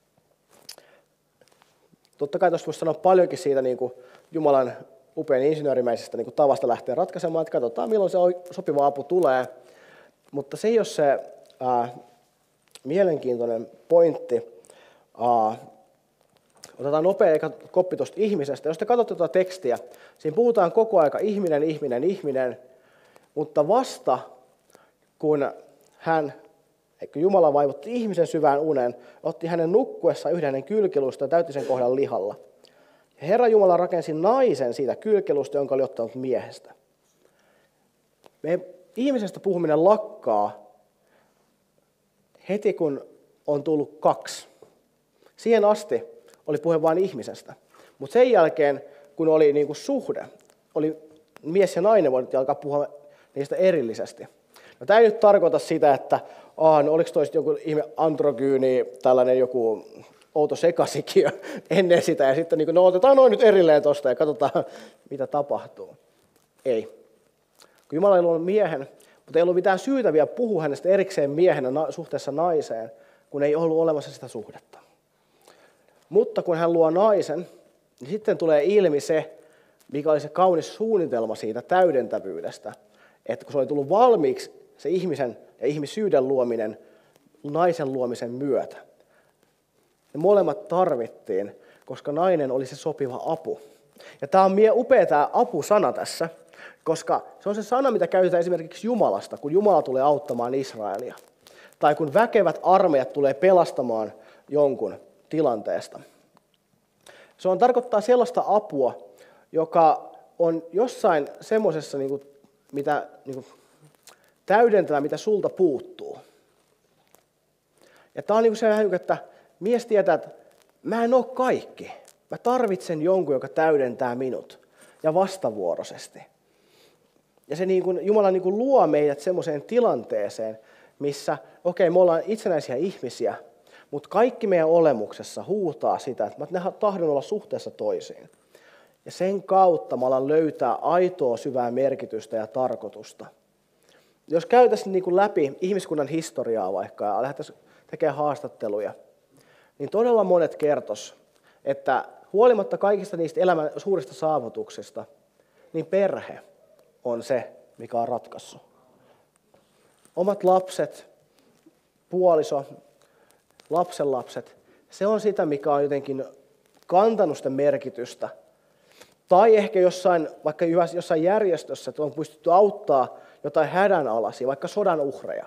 Totta kai tuossa voisi sanoa paljonkin siitä niin kuin Jumalan upean insinöörimäisestä niin kuin tavasta lähteä ratkaisemaan, että katsotaan milloin se sopiva apu tulee. Mutta se ei ole se ää, mielenkiintoinen pointti. Ää, otetaan nopea koppi tuosta ihmisestä. Jos te katsotte tuota tekstiä, siinä puhutaan koko aika ihminen, ihminen, ihminen, mutta vasta kun hän, kun Jumala vaivutti ihmisen syvään unen, otti hänen nukkuessa yhden hänen kylkilusta ja täytti sen kohdan lihalla. Ja Herra Jumala rakensi naisen siitä kylkilusta, jonka oli ottanut miehestä. Meidän ihmisestä puhuminen lakkaa heti, kun on tullut kaksi. Siihen asti oli puhe vain ihmisestä. Mutta sen jälkeen, kun oli niinku suhde, oli mies ja nainen, voitiin alkaa puhua niistä erillisesti. No, tämä ei nyt tarkoita sitä, että ah, no, oliko toista joku ihme androgyyni, tällainen joku outo sekasikiö ennen sitä, ja sitten niin, no, otetaan noin nyt erilleen tuosta ja katsotaan, mitä tapahtuu. Ei. Kun Jumala ei luonut miehen, mutta ei ollut mitään syytä vielä puhua hänestä erikseen miehenä suhteessa naiseen, kun ei ollut olemassa sitä suhdetta. Mutta kun hän luo naisen, niin sitten tulee ilmi se, mikä oli se kaunis suunnitelma siitä täydentävyydestä, että kun se oli tullut valmiiksi se ihmisen ja ihmisyyden luominen naisen luomisen myötä. Ne molemmat tarvittiin, koska nainen oli se sopiva apu. Ja tämä on upea tämä apusana tässä, koska se on se sana, mitä käytetään esimerkiksi Jumalasta, kun Jumala tulee auttamaan Israelia. Tai kun väkevät armeijat tulee pelastamaan jonkun tilanteesta. Se on tarkoittaa sellaista apua, joka on jossain semmoisessa, niin kuin, mitä niin kuin, täydentävä, mitä sulta puuttuu. Ja tämä on niin kuin se vähän, että mies tietää, että mä en ole kaikki. Mä tarvitsen jonkun, joka täydentää minut ja vastavuoroisesti. Ja se niin kuin, Jumala niin kuin luo meidät semmoiseen tilanteeseen, missä okei, okay, me ollaan itsenäisiä ihmisiä, mutta kaikki meidän olemuksessa huutaa sitä, että mä tahdon olla suhteessa toisiin. Ja sen kautta me ollaan löytää aitoa syvää merkitystä ja tarkoitusta. Jos käytäisiin niin kuin läpi ihmiskunnan historiaa vaikka ja lähdettäisiin tekemään haastatteluja, niin todella monet kertos, että huolimatta kaikista niistä elämän suurista saavutuksista, niin perhe on se, mikä on ratkaissut. Omat lapset, puoliso, lapsenlapset, se on sitä, mikä on jotenkin kantanut sitä merkitystä. Tai ehkä jossain, vaikka jossain järjestössä, että on pystytty auttaa jotain hädänalaisia, vaikka sodan uhreja.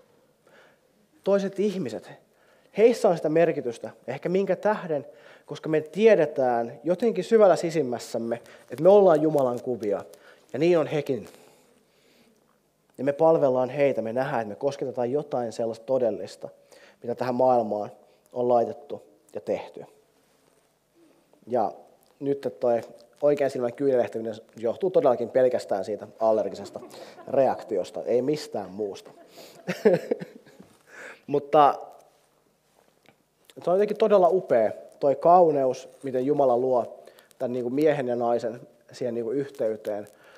Toiset ihmiset, heissä on sitä merkitystä, ehkä minkä tähden, koska me tiedetään jotenkin syvällä sisimmässämme, että me ollaan Jumalan kuvia, ja niin on hekin. Ja me palvellaan heitä, me nähdään, että me kosketetaan jotain sellaista todellista, mitä tähän maailmaan on laitettu ja tehty. Ja nyt toi oikean silmän kyynelehtiminen johtuu todellakin pelkästään siitä allergisesta reaktiosta, ei mistään muusta. Mutta se on jotenkin todella upea, toi kauneus, miten Jumala luo tämän niin kuin miehen ja naisen siihen niin kuin yhteyteen.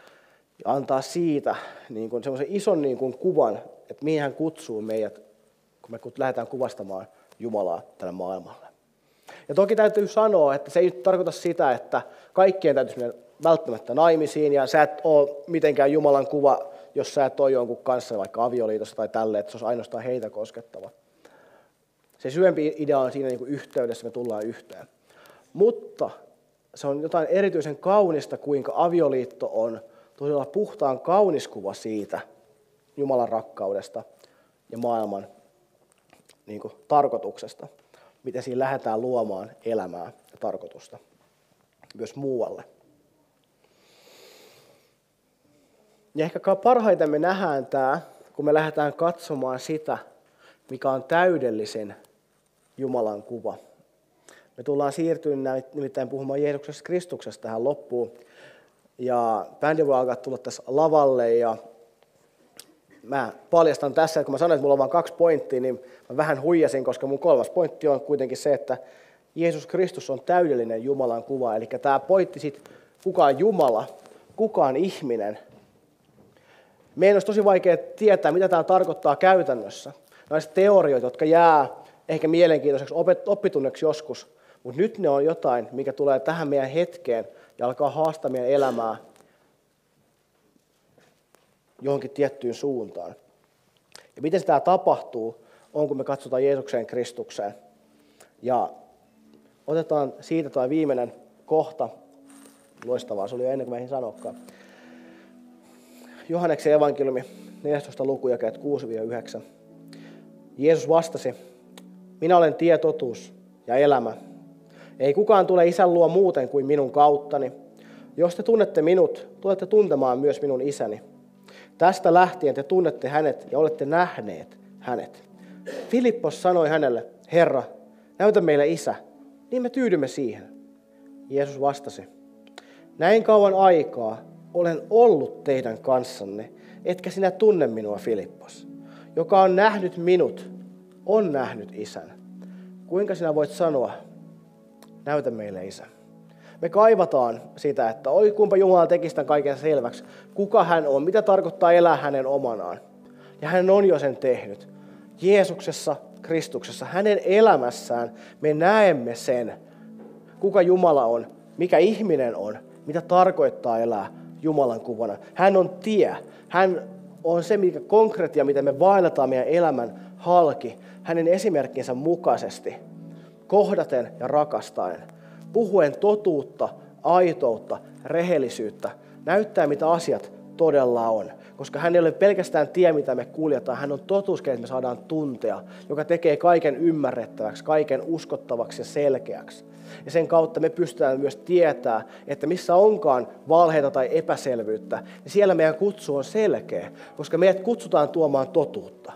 ja antaa siitä niin kuin semmoisen ison niin kuin kuvan, että mihin hän kutsuu meidät, kun me lähdetään kuvastamaan Jumalaa tälle maailmalle. Ja toki täytyy sanoa, että se ei nyt tarkoita sitä, että kaikkien täytyisi mennä välttämättä naimisiin, ja sä et ole mitenkään Jumalan kuva, jos sä et ole jonkun kanssa vaikka avioliitossa tai tälleen, että se olisi ainoastaan heitä koskettava. Se syvempi idea on siinä niin kuin yhteydessä, me tullaan yhteen. Mutta se on jotain erityisen kaunista, kuinka avioliitto on todella puhtaan kaunis kuva siitä Jumalan rakkaudesta ja maailman niin kuin tarkoituksesta, miten siinä lähdetään luomaan elämää ja tarkoitusta myös muualle. Ja ehkä parhaiten me nähdään tämä, kun me lähdetään katsomaan sitä, mikä on täydellisin Jumalan kuva. Me tullaan siirtymään nimittäin puhumaan Jeesuksesta Kristuksesta tähän loppuun. Ja bändi voi alkaa tulla tässä lavalle. Ja mä paljastan tässä, että kun mä sanoin, että mulla on vain kaksi pointtia, niin mä vähän huijasin, koska mun kolmas pointti on kuitenkin se, että Jeesus Kristus on täydellinen Jumalan kuva. Eli tämä pointti sitten, kuka on Jumala, kuka on ihminen. Meidän olisi tosi vaikea tietää, mitä tämä tarkoittaa käytännössä. Näiset teorioita, jotka jää ehkä mielenkiintoiseksi oppitunneksi joskus, mutta nyt ne on jotain, mikä tulee tähän meidän hetkeen ja alkaa haastaa meidän elämää johonkin tiettyyn suuntaan. Ja miten tämä tapahtuu, on kun me katsotaan Jeesukseen Kristukseen. Ja otetaan siitä tuo viimeinen kohta. Loistavaa, se oli jo ennen kuin mä eihin sanokaan. Johanneksen evankeliumi, neljästoista luku, jakeet kuusi yhdeksän. Jeesus vastasi, minä olen tie, totuus ja elämä. Ei kukaan tule Isän luo muuten kuin minun kauttani. Jos te tunnette minut, tulette tuntemaan myös minun isäni. Tästä lähtien te tunnette hänet ja olette nähneet hänet. Filippos sanoi hänelle, Herra, näytä meille Isä, niin me tyydymme siihen. Jeesus vastasi, näin kauan aikaa olen ollut teidän kanssanne, etkä sinä tunne minua, Filippos. Joka on nähnyt minut, on nähnyt Isän. Kuinka sinä voit sanoa, näytä meille Isä? Me kaivataan sitä, että oi kumpa Jumala tekisi tämän kaiken selväksi, kuka hän on, mitä tarkoittaa elää hänen omanaan. Ja hän on jo sen tehnyt. Jeesuksessa, Kristuksessa, hänen elämässään me näemme sen, kuka Jumala on, mikä ihminen on, mitä tarkoittaa elää Jumalan kuvana. Hän on tie, hän on se mikä konkreettia, mitä me vaelletaan meidän elämän halki, hänen esimerkkinsä mukaisesti, kohdaten ja rakastaen, puhuen totuutta, aitoutta, rehellisyyttä, näyttää mitä asiat todella on. Koska hän ei ole pelkästään tie, mitä me kuljetaan, hän on totuus, että me saadaan tuntea, joka tekee kaiken ymmärrettäväksi, kaiken uskottavaksi ja selkeäksi. Ja sen kautta me pystytään myös tietää, että missä onkaan valheita tai epäselvyyttä, niin siellä meidän kutsu on selkeä, koska meidät kutsutaan tuomaan totuutta,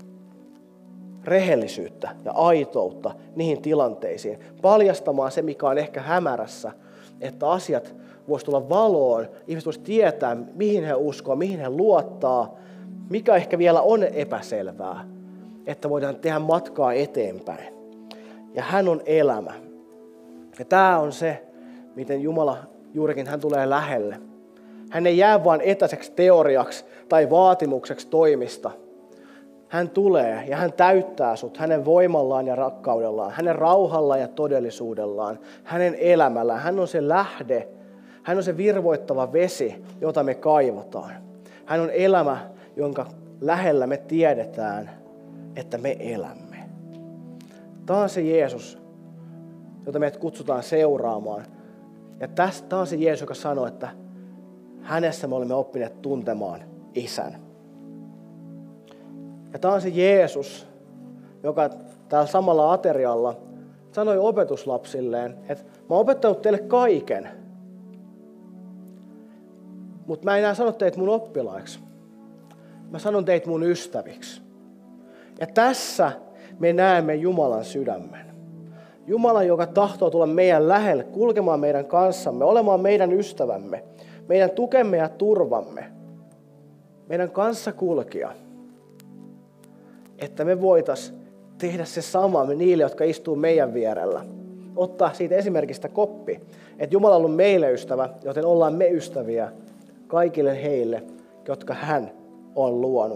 rehellisyyttä ja aitoutta niihin tilanteisiin, paljastamaan se, mikä on ehkä hämärässä, että asiat voisi tulla valoon, ihmiset voisi tietää, mihin he uskoo, mihin he luottaa, mikä ehkä vielä on epäselvää, että voidaan tehdä matkaa eteenpäin. Ja hän on elämä. Ja tämä on se, miten Jumala juurikin hän tulee lähelle. Hän ei jää vain etäiseksi teoriaksi tai vaatimukseksi toimista. Hän tulee ja hän täyttää sut hänen voimallaan ja rakkaudellaan, hänen rauhallaan ja todellisuudellaan, hänen elämällään. Hän on se lähde, hän on se virvoittava vesi, jota me kaivataan. Hän on elämä, jonka lähellä me tiedetään, että me elämme. Tämä on se Jeesus, jota meidät kutsutaan seuraamaan. Ja tästä on se Jeesus, joka sanoo, että hänessä me olemme oppineet tuntemaan Isän. Ja tämä on se Jeesus, joka täällä samalla aterialla sanoi opetuslapsilleen, että mä oon opettanut teille kaiken, mutta mä en enää sano teitä mun oppilaiksi. Mä sanon teitä mun ystäviksi. Ja tässä me näemme Jumalan sydämen. Jumala, joka tahtoo tulla meidän lähelle, kulkemaan meidän kanssamme, olemaan meidän ystävämme, meidän tukemme ja turvamme, meidän kanssakulkija. Että me voitaisiin tehdä se sama me niille, jotka istuu meidän vierellä. Ottaa siitä esimerkistä koppi, että Jumala on ollut meille ystävä, joten ollaan me ystäviä kaikille heille, jotka hän on luonut.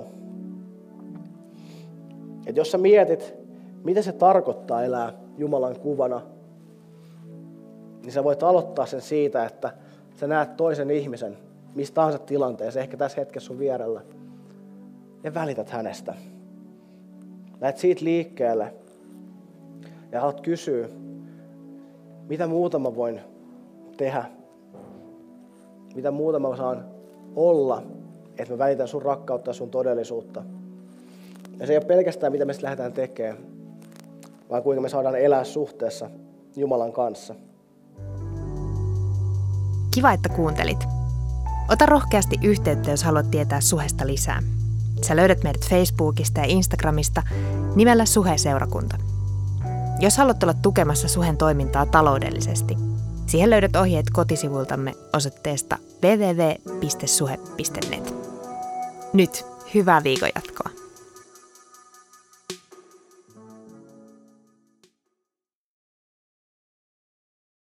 Et jos sä mietit, mitä se tarkoittaa elää Jumalan kuvana, niin sä voit aloittaa sen siitä, että sä näet toisen ihmisen, mistä tahansa tilanteessa, ehkä tässä hetkessä sun vierellä, ja välität hänestä. Lähet siitä liikkeelle ja haluat kysyä, mitä muuta mä voin tehdä, mitä muuta mä saan olla, että mä välitän sun rakkautta ja sun todellisuutta. Ja se ei ole pelkästään, mitä me sitten lähdetään tekemään, vaan kuinka me saadaan elää suhteessa Jumalan kanssa.
Kiva, että kuuntelit. Ota rohkeasti yhteyttä, jos haluat tietää Suhesta lisää. Sä löydät meidät Facebookista ja Instagramista nimellä Suhe-seurakunta. Jos haluat olla tukemassa Suhen toimintaa taloudellisesti, siihen löydät ohjeet kotisivuiltamme osoitteesta double-u double-u double-u piste suhe piste net. Nyt hyvää viikon jatkoa.